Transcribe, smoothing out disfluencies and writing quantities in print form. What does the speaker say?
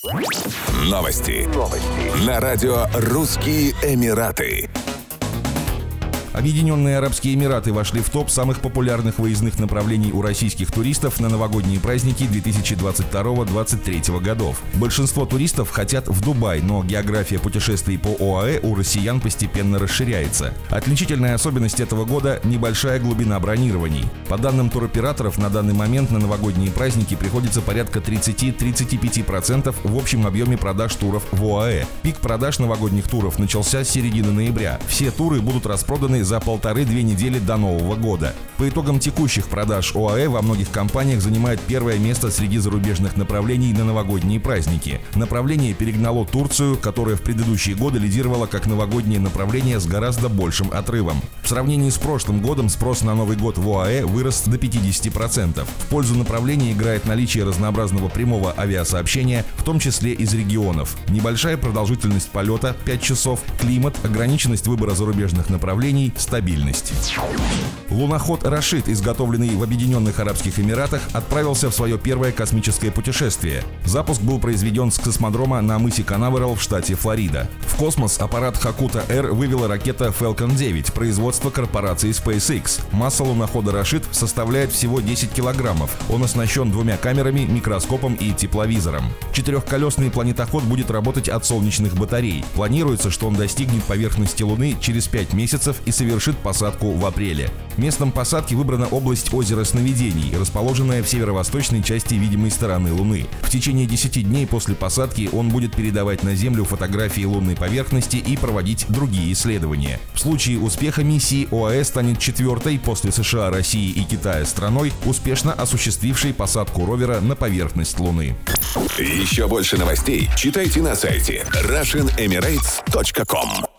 Новости. На радио «Русские Эмираты». Объединенные Арабские Эмираты вошли в топ самых популярных выездных направлений у российских туристов на новогодние праздники 2022-2023 годов. Большинство туристов хотят в Дубай, но география путешествий по ОАЭ у россиян постепенно расширяется. Отличительная особенность этого года – небольшая глубина бронирований. По данным туроператоров, на данный момент на новогодние праздники приходится порядка 30-35% в общем объеме продаж туров в ОАЭ. Пик продаж новогодних туров начался с середины ноября. Все туры будут распроданы за 1,5-2 недели до Нового года. По итогам текущих продаж ОАЭ во многих компаниях занимает первое место среди зарубежных направлений на новогодние праздники. Направление перегнало Турцию, которая в предыдущие годы лидировала как новогоднее направление с гораздо большим отрывом. В сравнении с прошлым годом спрос на Новый год в ОАЭ вырос до 50%. В пользу направления играет наличие разнообразного прямого авиасообщения, в том числе из регионов. Небольшая продолжительность полета – 5 часов, климат, ограниченность выбора зарубежных направлений, стабильность. Луноход «Рашид», изготовленный в Объединенных Арабских Эмиратах, отправился в свое первое космическое путешествие. Запуск был произведен с космодрома на мысе Канаверал в штате Флорида. В космос аппарат Хакута-Р вывела ракета Falcon 9 производства корпорации SpaceX. Масса лунохода «Рашид» составляет всего 10 килограммов. Он оснащен 2 камерами, микроскопом и тепловизором. Четырехколесный планетоход будет работать от солнечных батарей. Планируется, что он достигнет поверхности Луны через 5 месяцев и совершит посадку в апреле. Местом посадки выбрана область озера Сновидений, расположенная в северо-восточной части видимой стороны Луны. В течение 10 дней после посадки он будет передавать на Землю фотографии лунной поверхности и проводить другие исследования. В случае успеха миссии ОАЭ станет 4-й после США, России и Китая страной, успешно осуществившей посадку ровера на поверхность Луны. Еще больше новостей читайте на сайте RussianEmirates.com.